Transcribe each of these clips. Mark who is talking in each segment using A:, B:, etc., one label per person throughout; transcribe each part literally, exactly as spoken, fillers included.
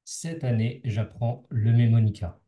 A: Cette année, j'apprends le mémonica.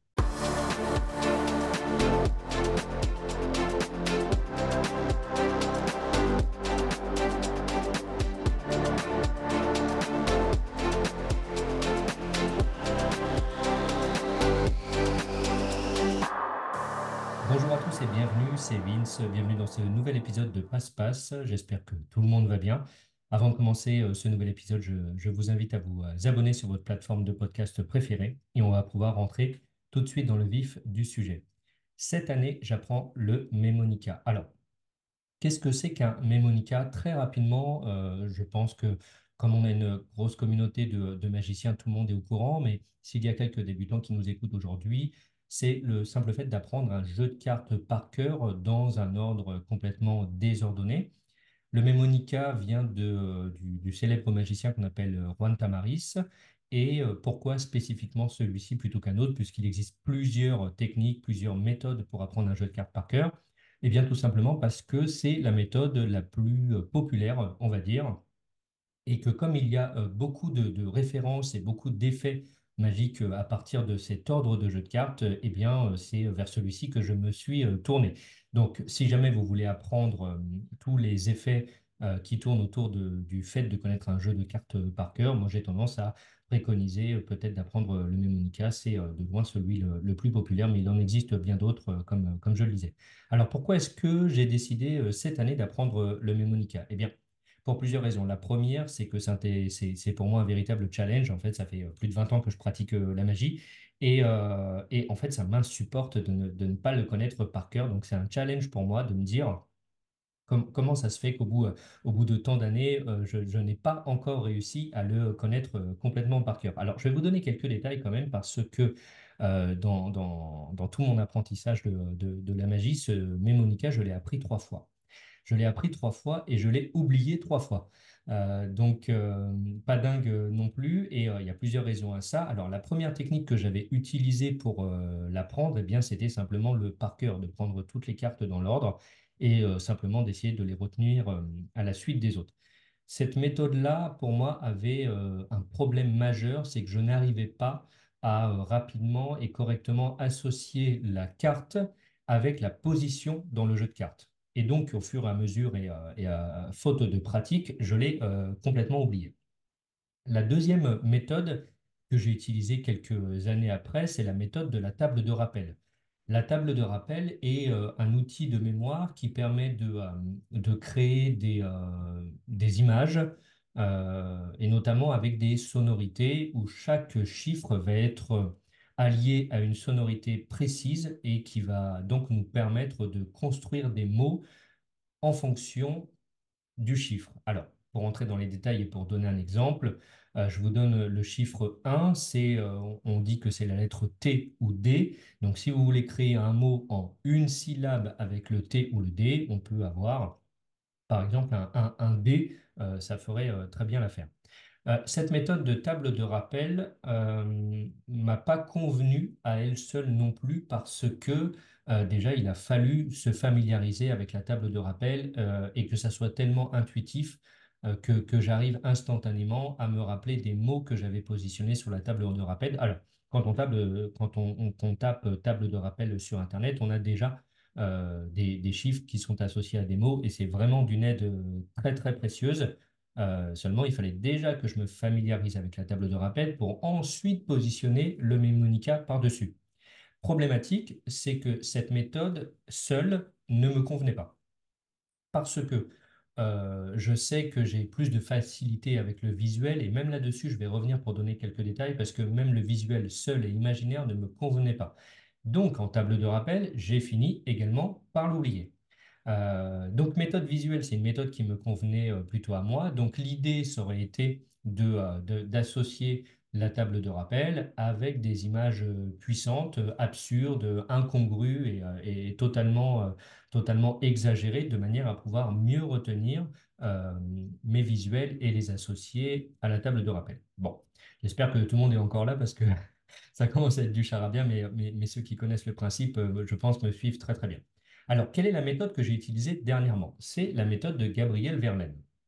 A: Bonjour à tous et bienvenue, c'est Vince. Bienvenue dans ce nouvel épisode de Passe-Passe. J'espère que tout le monde va bien. Avant de commencer euh, ce nouvel épisode, je, je vous invite à vous euh, abonner sur votre plateforme de podcast préférée et on va pouvoir rentrer tout de suite dans le vif du sujet. Cette année, j'apprends le mémonica. Alors, qu'est-ce que c'est qu'un mémonica? Très rapidement, euh, je pense que comme on a une grosse communauté de, de magiciens, tout le monde est au courant, mais s'il y a quelques débutants qui nous écoutent aujourd'hui, c'est le simple fait d'apprendre un jeu de cartes par cœur dans un ordre complètement désordonné. Le mémonica vient de, du, du célèbre magicien qu'on appelle euh, Juan Tamariz. Et euh, pourquoi spécifiquement celui-ci plutôt qu'un autre, puisqu'il existe plusieurs techniques, plusieurs méthodes pour apprendre un jeu de cartes par cœur? Eh bien, tout simplement parce que c'est la méthode la plus euh, populaire, on va dire, et que comme il y a euh, beaucoup de, de références et beaucoup d'effets magiques euh, à partir de cet ordre de jeu de cartes, euh, eh bien, euh, c'est vers celui-ci que je me suis euh, tourné. Donc, si jamais vous voulez apprendre euh, tous les effets euh, qui tournent autour de- du fait de connaître un jeu de cartes euh, par cœur, moi j'ai tendance à préconiser euh, peut-être d'apprendre euh, le Mnemonica. C'est euh, de loin celui le, le plus populaire, mais il en existe bien d'autres, euh, comme, comme je le disais. Alors, pourquoi est-ce que j'ai décidé euh, cette année d'apprendre euh, le Mnemonica? Eh bien, pour plusieurs raisons. La première, c'est que c'est un- c'est c'est pour moi un véritable challenge. En fait, ça fait euh, plus de vingt ans que je pratique euh, la magie. Et, euh, et en fait, ça m'insupporte de ne, de ne pas le connaître par cœur. Donc, c'est un challenge pour moi de me dire com- comment ça se fait qu'au bout, euh, au bout de tant d'années, euh, je, je n'ai pas encore réussi à le connaître euh, complètement par cœur. Alors, je vais vous donner quelques détails quand même parce que euh, dans, dans, dans tout mon apprentissage de, de, de la magie, ce mémonica, je l'ai appris trois fois. Je l'ai appris trois fois et je l'ai oublié trois fois. Euh, donc, euh, pas dingue euh, non plus. Et euh, il y a plusieurs raisons à ça. Alors, la première technique que j'avais utilisée pour euh, l'apprendre, eh bien, c'était simplement le par cœur, de prendre toutes les cartes dans l'ordre et euh, simplement d'essayer de les retenir euh, à la suite des autres. Cette méthode-là, pour moi, avait euh, un problème majeur, c'est que je n'arrivais pas à euh, rapidement et correctement associer la carte avec la position dans le jeu de cartes. Et donc, au fur et à mesure et, euh, et à faute de pratique, je l'ai euh, complètement oublié. La deuxième méthode que j'ai utilisée quelques années après, c'est la méthode de la table de rappel. La table de rappel est euh, un outil de mémoire qui permet de, euh, de créer des, euh, des images, euh, et notamment avec des sonorités où chaque chiffre va être allié à une sonorité précise et qui va donc nous permettre de construire des mots en fonction du chiffre. Alors, pour entrer dans les détails et pour donner un exemple, euh, je vous donne le chiffre un. C'est, euh, on on dit que c'est la lettre T ou D. Donc, si vous voulez créer un mot en une syllabe avec le T ou le D, on peut avoir, par exemple, un, un, un D, euh, ça ferait euh, très bien l'affaire. Euh, cette méthode de table de rappel euh, m'a pas convenu à elle seule non plus parce que euh, déjà il a fallu se familiariser avec la table de rappel euh, et que ça soit tellement intuitif euh, que, que j'arrive instantanément à me rappeler des mots que j'avais positionnés sur la table de rappel. Alors, quand on, table, quand on, on- on tape table de rappel sur Internet, on a déjà euh, des, des chiffres qui sont associés à des mots et c'est vraiment d'une aide euh, très très précieuse. Euh, seulement, il fallait déjà que je me familiarise avec la table de rappel pour ensuite positionner le mnémonica par-dessus. Problématique, c'est que cette méthode seule ne me convenait pas. Parce que euh, je sais que j'ai plus de facilité avec le visuel et même là-dessus, je vais revenir pour donner quelques détails parce que même le visuel seul et imaginaire ne me convenait pas. Donc, en table de rappel, j'ai fini également par l'oublier. Euh, donc, méthode visuelle, c'est une méthode qui me convenait euh, plutôt à moi. Donc, l'idée, ça aurait été de, euh, de- d'associer la table de rappel avec des images euh, puissantes, euh, absurdes, incongrues et, euh, et totalement, euh, totalement exagérées, de manière à pouvoir mieux retenir euh, mes visuels et les associer à la table de rappel. Bon, j'espère que tout le monde est encore là parce que ça commence à être du charabia, mais, mais, mais ceux qui connaissent le principe, euh, je pense, me suivent très très bien. Alors, quelle est la méthode que j'ai utilisée dernièrement? C'est la méthode de Gabriel Verlaine.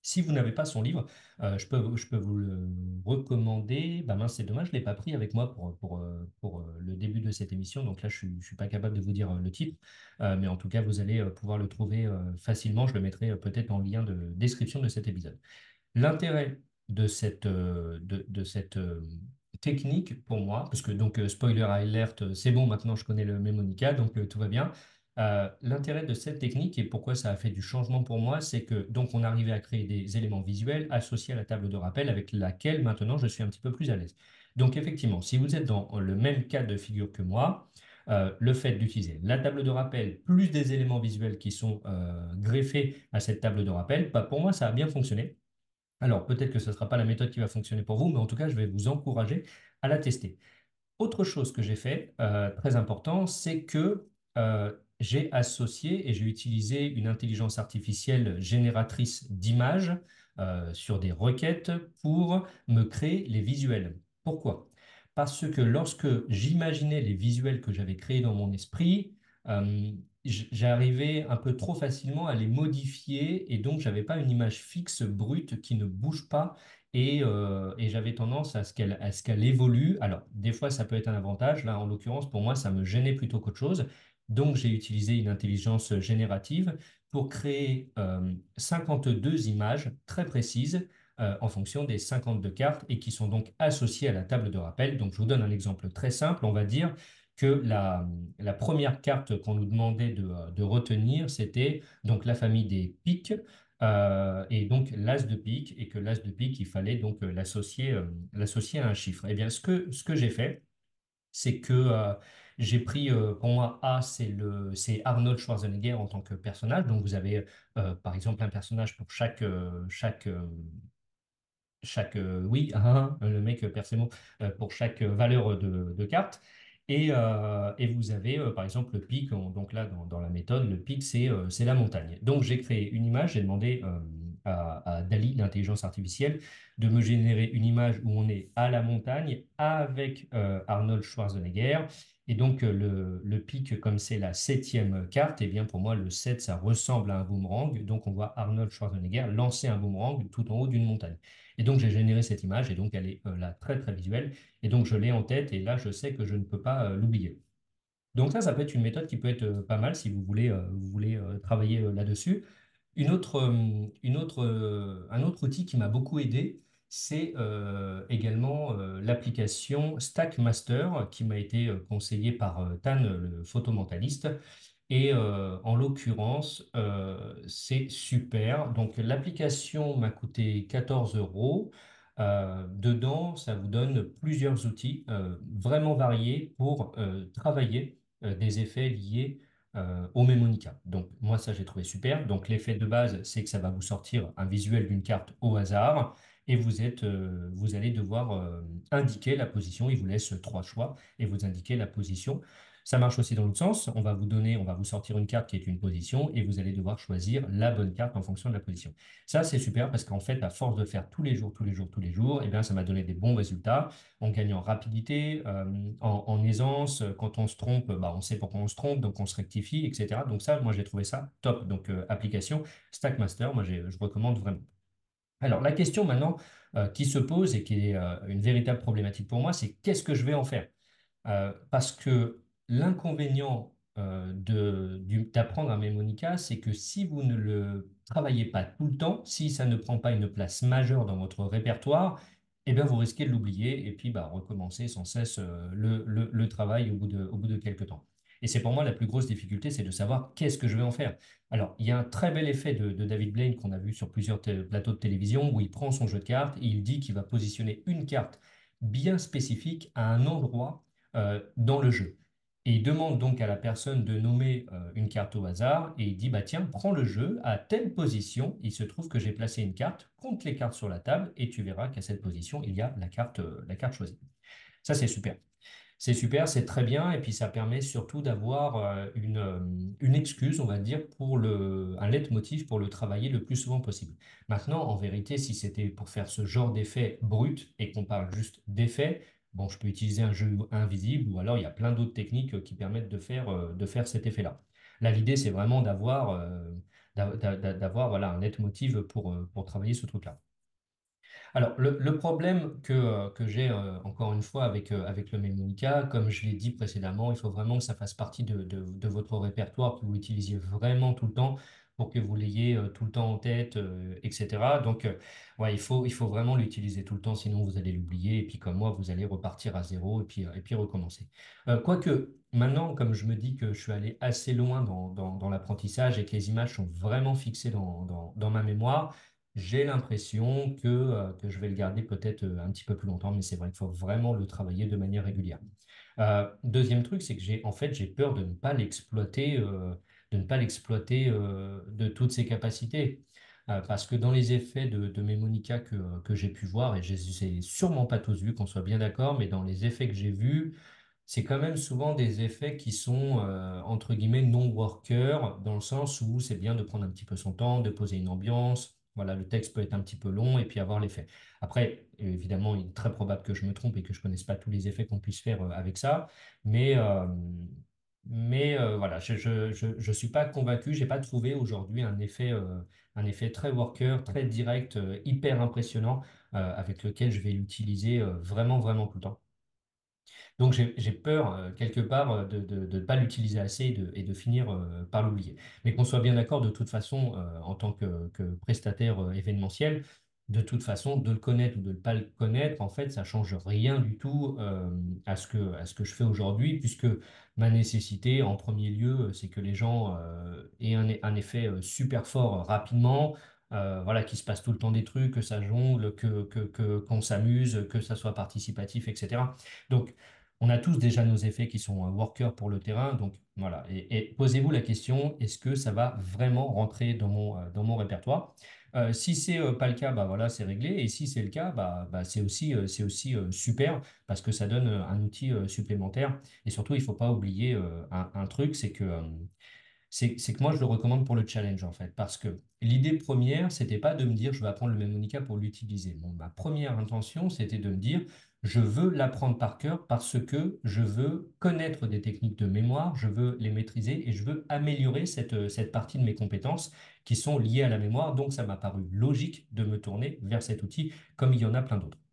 A: Si vous n'avez pas son livre, euh, je peux, je peux vous le recommander. Bah mince, c'est dommage, je ne l'ai pas pris avec moi pour, pour, euh, pour euh, le début de cette émission. Donc là, je ne suis, je suis pas capable de vous dire euh, le titre. Euh, mais en tout cas, vous allez euh, pouvoir le trouver euh, facilement. Je le mettrai euh, peut-être en lien de description de cet épisode. L'intérêt de cette, euh, de, de cette euh, technique pour moi, parce que donc euh, spoiler alert, euh, c'est bon, maintenant je connais le mémonica, donc euh, tout va bien. Euh, l'intérêt de cette technique et pourquoi ça a fait du changement pour moi, c'est que donc on arrivait à créer des éléments visuels associés à la table de rappel avec laquelle maintenant je suis un petit peu plus à l'aise. Donc effectivement, si vous êtes dans le même cas de figure que moi, euh, le fait d'utiliser la table de rappel plus des éléments visuels qui sont euh, greffés à cette table de rappel, bah, pour moi ça a bien fonctionné. Alors, peut-être que ce ne sera pas la méthode qui va fonctionner pour vous, mais en tout cas, je vais vous encourager à la tester. Autre chose que j'ai fait, euh, très important, c'est que euh, j'ai associé et j'ai utilisé une intelligence artificielle génératrice d'images euh, sur des requêtes pour me créer les visuels. Pourquoi? Parce que lorsque j'imaginais les visuels que j'avais créés dans mon esprit, euh, j- j'arrivais un peu trop facilement à les modifier et donc j'avais pas une image fixe, brute, qui ne bouge pas et, euh, et j'avais tendance à ce qu'elle à ce qu'elle évolue. Alors, des fois, ça peut être un avantage. Là, en l'occurrence, pour moi, ça me gênait plutôt qu'autre chose. Donc, j'ai utilisé une intelligence générative pour créer euh, cinquante-deux images très précises euh, en fonction des cinquante-deux cartes et qui sont donc associées à la table de rappel. Donc, je vous donne un exemple très simple. On va dire que la, la première carte qu'on nous demandait de, de retenir, c'était donc la famille des piques. Euh, et donc l'as de pique, et que l'as de pique, il fallait donc euh, l'associer euh, l'associer à un chiffre. Eh bien, ce que, ce que j'ai fait, c'est que euh, j'ai pris, euh, pour moi, A, c'est le, c'est Arnold Schwarzenegger en tant que personnage. Donc vous avez, euh, par exemple, un personnage pour chaque, euh, chaque, euh, chaque euh, oui, ah, ah, le mec euh, perd ses mots, euh, pour chaque euh, valeur de, de carte. Et, euh, et vous avez euh, par exemple le pic, on- donc là dans, dans la méthode, le pic c'est euh, c'est la montagne. Donc j'ai créé une image, j'ai demandé euh, à, à Dali, l'intelligence artificielle, de me générer une image où on est à la montagne avec euh, Arnold Schwarzenegger. Et donc euh, le, le pic, comme c'est la septième carte, et bien pour moi le sept ça ressemble à un boomerang. Donc on voit Arnold Schwarzenegger lancer un boomerang tout en haut d'une montagne. Et donc, j'ai généré cette image et donc elle est euh, là très très visuelle. Et donc, je l'ai en tête et là, je sais que je ne peux pas euh, l'oublier. Donc ça, ça peut être une méthode qui peut être euh, pas mal si vous voulez, euh, vous voulez euh, travailler euh, là-dessus. Une autre, euh, une autre, euh, un autre outil qui m'a beaucoup aidé, c'est euh, également euh, l'application Stackmaster qui m'a été euh, conseillée par euh, Tan, le photomentaliste. Et euh, en l'occurrence, euh, c'est super. Donc l'application m'a coûté quatorze euros. Euh, dedans, ça vous donne plusieurs outils euh, vraiment variés pour euh, travailler euh, des effets liés euh, au Memonica. Donc moi, ça, j'ai trouvé super. Donc l'effet de base, c'est que ça va vous sortir un visuel d'une carte au hasard et vous êtes, euh, vous allez devoir euh, indiquer la position. Il vous laisse trois choix et vous indiquez la position. Ça marche aussi dans l'autre sens. On va vous donner, on va vous sortir une carte qui est une position et vous allez devoir choisir la bonne carte en fonction de la position. Ça, c'est super parce qu'en fait, à force de faire tous les jours, tous les jours, tous les jours, eh bien, ça m'a donné des bons résultats. On gagne en rapidité, euh, en, en aisance. Quand on se trompe, bah, on sait pourquoi on se trompe, donc on se rectifie, et cetera. Donc ça, moi, j'ai trouvé ça top. Donc, euh, application Stackmaster, moi, j'ai- je recommande vraiment. Alors, la question maintenant euh, qui se pose et qui est euh, une véritable problématique pour moi, c'est qu'est-ce que je vais en faire? Euh, parce que l'inconvénient euh, de, du- d'apprendre un mémonica, c'est que si vous ne le travaillez pas tout le temps, si ça ne prend pas une place majeure dans votre répertoire, eh bien vous risquez de l'oublier et puis bah, recommencer sans cesse euh, le, le- le travail au bout de, au bout de quelques temps. Et c'est pour moi la plus grosse difficulté, c'est de savoir qu'est-ce que je vais en faire. Alors, il y a un très bel effet de, de David Blaine qu'on a vu sur plusieurs té- plateaux de télévision où il prend son jeu de cartes et il dit qu'il va positionner une carte bien spécifique à un endroit euh, dans le jeu. Et il demande donc à la personne de nommer euh, une carte au hasard et il dit, bah tiens, prends le jeu à telle position. Il se trouve que j'ai placé une carte, compte les cartes sur la table et tu verras qu'à cette position, il y a la carte, euh, la carte choisie. Ça, c'est super. C'est super, c'est très bien, et puis ça permet surtout d'avoir euh, une, euh, une excuse, on va dire, pour le, un leitmotiv pour le travailler le plus souvent possible. Maintenant, en vérité, si c'était pour faire ce genre d'effet brut et qu'on parle juste d'effet, bon, je peux utiliser un jeu invisible ou alors il y a plein d'autres techniques euh, qui permettent de faire, euh, de faire cet effet-là. Là, l'idée, c'est vraiment d'avoir euh, d'a- d'a- d'avoir voilà, un leitmotiv pour, euh, pour travailler ce truc-là. Alors, le, le problème que, euh, que j'ai euh, encore une fois avec, euh, avec le Mnemonica, comme je l'ai dit précédemment, il faut vraiment que ça fasse partie de, de, de votre répertoire, que vous l'utilisiez vraiment tout le temps pour que vous l'ayez euh, tout le temps en tête, euh, et cetera. Donc, euh, ouais, il faut, il faut vraiment l'utiliser tout le temps, sinon vous allez l'oublier. Et puis, comme moi, vous allez repartir à zéro et puis, euh, et puis recommencer. Euh, quoique, maintenant, comme je me dis que je suis allé assez loin dans, dans, dans l'apprentissage et que les images sont vraiment fixées dans, dans, dans ma mémoire, j'ai l'impression que, euh, que je vais le garder peut-être euh, un petit peu plus longtemps, mais c'est vrai qu'il faut vraiment le travailler de manière régulière. Euh, deuxième truc, c'est que j'ai en fait j'ai peur de ne pas l'exploiter, euh, de ne pas l'exploiter euh, de toutes ses capacités. Euh, parce que dans les effets de, de mes Monica que, que j'ai pu voir, et je les ai sûrement pas tous vus, qu'on soit bien d'accord, mais dans les effets que j'ai vus, c'est quand même souvent des effets qui sont, euh, entre guillemets, non-workers, dans le sens où c'est bien de prendre un petit peu son temps, de poser une ambiance. Voilà, le texte peut être un petit peu long et puis avoir l'effet. Après, évidemment, il est très probable que je me trompe et que je ne connaisse pas tous les effets qu'on puisse faire euh, avec ça. Mais, euh, mais euh, voilà, je ne je, je, je suis pas convaincu. J'ai pas trouvé aujourd'hui un effet, euh, un effet très worker, très direct, euh, hyper impressionnant euh, avec lequel je vais l'utiliser euh, vraiment, vraiment tout le temps. Donc j'ai j'ai peur, euh, quelque part, euh, de de- de ne pas l'utiliser assez et de, et de finir euh, par l'oublier. Mais qu'on soit bien d'accord, de toute façon, euh, en tant que, que prestataire euh, événementiel, de toute façon, de le connaître ou de ne pas le connaître, en fait, ça change rien du tout euh, à ce que, à ce que je fais aujourd'hui, puisque ma nécessité, en premier lieu, euh, c'est que les gens euh, aient un, un effet euh, super fort euh, rapidement. Euh, voilà, qu'il se passe tout le temps des trucs, que ça jongle, que, que, que- qu'on s'amuse, que ça soit participatif, et cetera. Donc, on a tous déjà nos effets qui sont euh, workers pour le terrain. Donc voilà. Et, et posez-vous la question, est-ce que ça va vraiment rentrer dans mon, euh, dans mon répertoire? Euh, si c'est euh, pas le cas, bah voilà, c'est réglé. Et si c'est le cas, bah, bah, c'est aussi, euh, c'est aussi euh, super parce que ça donne euh, un outil euh, supplémentaire. Et surtout, il faut pas oublier euh, un, un truc, c'est que euh, c'est c'est que moi, je le recommande pour le challenge, en fait, parce que l'idée première, c'était pas de me dire, je vais apprendre le Mnemonica pour l'utiliser. Bon, ma première intention, c'était de me dire, je veux l'apprendre par cœur parce que je veux connaître des techniques de mémoire, je veux les maîtriser et je veux améliorer cette, euh, cette partie de mes compétences qui sont liées à la mémoire. Donc, ça m'a paru logique de me tourner vers cet outil, comme il y en a plein d'autres.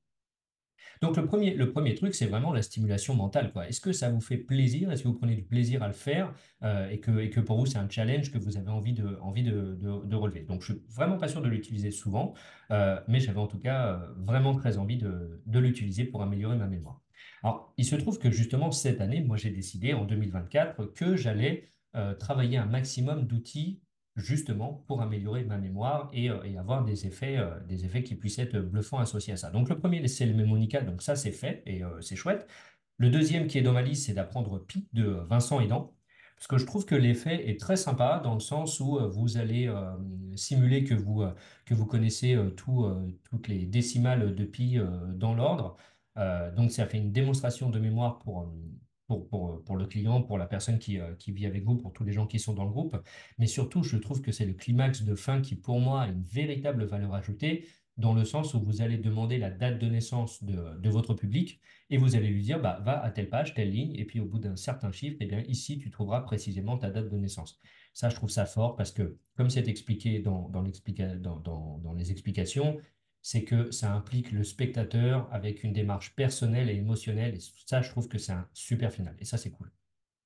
A: Donc le premier, le premier truc, c'est vraiment la stimulation mentale, quoi. Est-ce que ça vous fait plaisir? Est-ce que vous prenez du plaisir à le faire euh, et que, et que pour vous, c'est un challenge que vous avez envie de, envie de, de- de relever? Donc je suis vraiment pas sûr de l'utiliser souvent, euh, mais j'avais en tout cas euh, vraiment très envie de, de l'utiliser pour améliorer ma mémoire. Alors, il se trouve que justement cette année, moi j'ai décidé en deux mille vingt-quatre que j'allais euh, travailler un maximum d'outils justement pour améliorer ma mémoire et, euh, et avoir des effets, euh, des effets qui puissent être bluffants associés à ça. Donc le premier, c'est le Mnemonica, donc ça c'est fait et euh, c'est chouette. Le deuxième qui est dans ma liste, c'est d'apprendre Pi de Vincent Edan, parce que je trouve que l'effet est très sympa dans le sens où euh, vous allez euh, simuler que vous, euh, que vous connaissez euh, tout, euh, toutes les décimales de Pi euh, dans l'ordre. Euh, donc ça fait une démonstration de mémoire pour, euh, pour, pour, pour le client, pour la personne qui, euh, qui vit avec vous, pour tous les gens qui sont dans le groupe. Mais surtout, je trouve que c'est le climax de fin qui, pour moi, a une véritable valeur ajoutée, dans le sens où vous allez demander la date de naissance de, de votre public et vous allez lui dire, bah, va à telle page, telle ligne, et puis au bout d'un certain chiffre, eh bien, ici, tu trouveras précisément ta date de naissance. Ça, je trouve ça fort parce que, comme c'est expliqué dans, dans, l'explica- dans, dans, dans les explications, c'est que ça implique le spectateur avec une démarche personnelle et émotionnelle, et ça, je trouve que c'est un super final, et ça, c'est cool.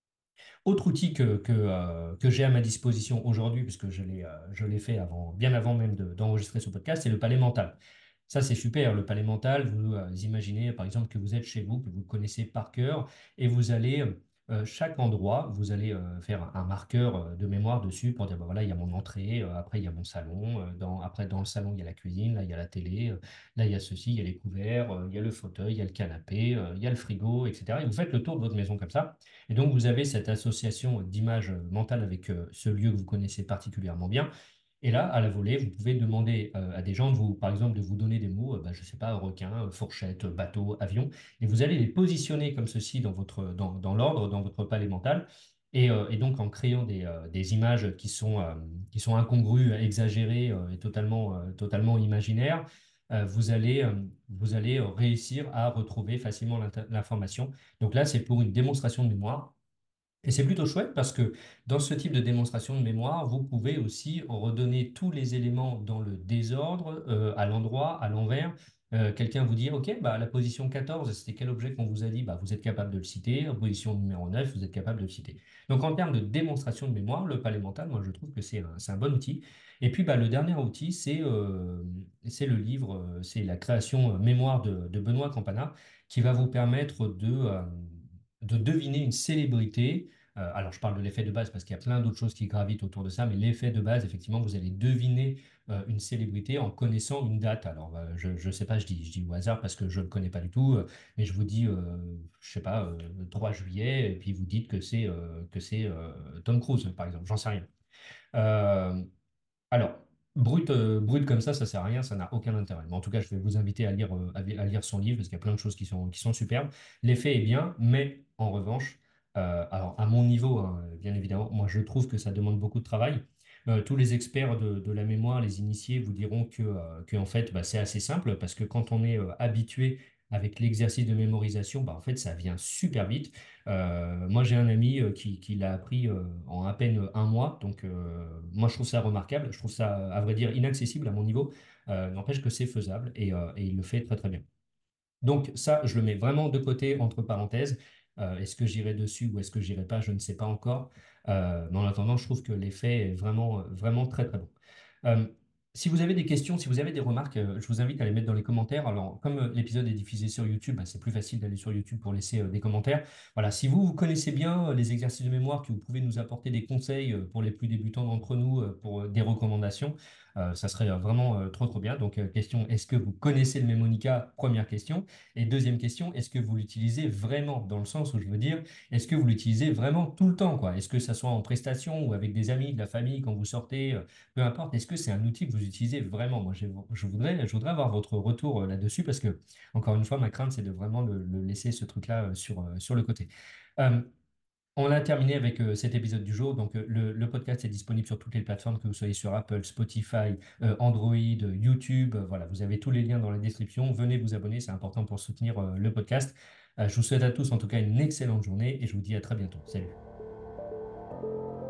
A: Autre outil que, que, euh, que j'ai à ma disposition aujourd'hui, puisque je l'ai euh, je l'ai fait avant, bien avant même de- d'enregistrer ce podcast, c'est le palais mental. Ça, c'est super. Le palais mental, vous euh, imaginez par exemple que vous êtes chez vous, que vous le connaissez par cœur, et vous allez, euh, chaque endroit, vous allez euh, faire un, un marqueur euh, de mémoire dessus pour dire, bah, voilà, il y a mon entrée, euh, après il y a mon salon, euh, dans, après dans le salon, il y a la cuisine, là, il y a la télé, euh, là, il y a ceci, il y a les couverts, euh, il y a le fauteuil, il y a le canapé, euh, il y a le frigo, et cetera. Et vous faites le tour de votre maison comme ça. Et donc, vous avez cette association d'image mentale avec euh, ce lieu que vous connaissez particulièrement bien. Et là, à la volée, vous pouvez demander euh, à des gens, de vous, par exemple, de vous donner des mots, euh, bah, je ne sais pas, requin, euh, fourchette, euh, bateau, avion, et vous allez les positionner comme ceci dans votre, dans, dans l'ordre, dans votre palais mental. Et, euh, et donc, en créant des, euh, des images qui sont, euh, qui sont incongrues, exagérées euh, et totalement, euh, totalement imaginaires, euh, vous allez, euh, vous allez réussir à retrouver facilement l'inter- l'information. Donc là, c'est pour une démonstration de mémoire. Et c'est plutôt chouette parce que dans ce type de démonstration de mémoire, vous pouvez aussi redonner tous les éléments dans le désordre, euh, à l'endroit, à l'envers. Euh, quelqu'un vous dit, OK, bah, la position quatorze, c'était quel objet qu'on vous a dit? Bah, vous êtes capable de le citer. En position numéro neuf, vous êtes capable de le citer. Donc en termes de démonstration de mémoire, le palais mental, moi je trouve que c'est un, c'est un bon outil. Et puis bah, le dernier outil, c'est euh, c'est le livre, euh, c'est la création euh, mémoire de, de Benoît Campana qui va vous permettre de, euh, de deviner une célébrité. Euh, alors, je parle de l'effet de base parce qu'il y a plein d'autres choses qui gravitent autour de ça, mais l'effet de base, effectivement, vous allez deviner euh, une célébrité en connaissant une date. Alors, euh, je ne sais pas, je dis, je dis au hasard parce que je ne le connais pas du tout, euh, mais je vous dis, euh, je sais pas, euh, trois juillet, et puis vous dites que c'est euh, que c'est euh, Tom Cruise, par exemple, j'en sais rien. Euh, alors, brut, euh, brut comme ça, ça sert à rien, ça n'a aucun intérêt. Mais en tout cas, je vais vous inviter à lire, euh, à, à lire son livre parce qu'il y a plein de choses qui sont, qui sont superbes. L'effet est bien, mais en revanche, euh, alors à mon niveau, hein, bien évidemment, moi je trouve que ça demande beaucoup de travail. Euh, tous les experts de, de la mémoire, les initiés, vous diront que, euh, que en fait, bah, c'est assez simple parce que quand on est euh, habitué avec l'exercice de mémorisation, bah, en fait, ça vient super vite. Euh, moi, j'ai un ami euh, qui, qui l'a appris euh, en à peine un mois. Donc, euh, moi, je trouve ça remarquable. Je trouve ça, à vrai dire, inaccessible à mon niveau. Euh, n'empêche que c'est faisable et, euh, et il le fait très, très bien. Donc, ça, je le mets vraiment de côté, entre parenthèses. Euh, est-ce que j'irai dessus ou est-ce que j'irai pas? Je ne sais pas encore. Euh, mais en attendant, je trouve que l'effet est vraiment, vraiment très, très bon. Euh, Si vous avez des questions, si vous avez des remarques, euh, je vous invite à les mettre dans les commentaires. Alors, comme euh, l'épisode est diffusé sur YouTube, bah, c'est plus facile d'aller sur YouTube pour laisser euh, des commentaires. Voilà, si vous, vous connaissez bien euh, les exercices de mémoire, que vous pouvez nous apporter des conseils euh, pour les plus débutants d'entre nous, euh, pour euh, des recommandations, euh, ça serait euh, vraiment euh, trop, trop bien. Donc, euh, question, est-ce que vous connaissez le Mémonica? Première question. Et deuxième question, est-ce que vous l'utilisez vraiment? Dans le sens où je veux dire, est-ce que vous l'utilisez vraiment tout le temps, quoi? Est-ce que ça soit en prestation ou avec des amis, de la famille, quand vous sortez? euh, peu importe, est-ce que c'est un outil que vous utilisez vraiment? Moi, j'ai- je voudrais, je voudrais avoir votre retour euh, là-dessus parce que, encore une fois, ma crainte, c'est de vraiment le, le laisser ce truc-là euh, sur, euh, sur le côté. Euh, on a terminé avec euh, cet épisode du jour. Donc, euh, le, le podcast est disponible sur toutes les plateformes, que vous soyez sur Apple, Spotify, euh, Android, euh, YouTube. Euh, voilà, vous avez tous les liens dans la description. Venez vous abonner, c'est important pour soutenir euh, le podcast. Euh, je vous souhaite à tous, en tout cas, une excellente journée et je vous dis à très bientôt. Salut.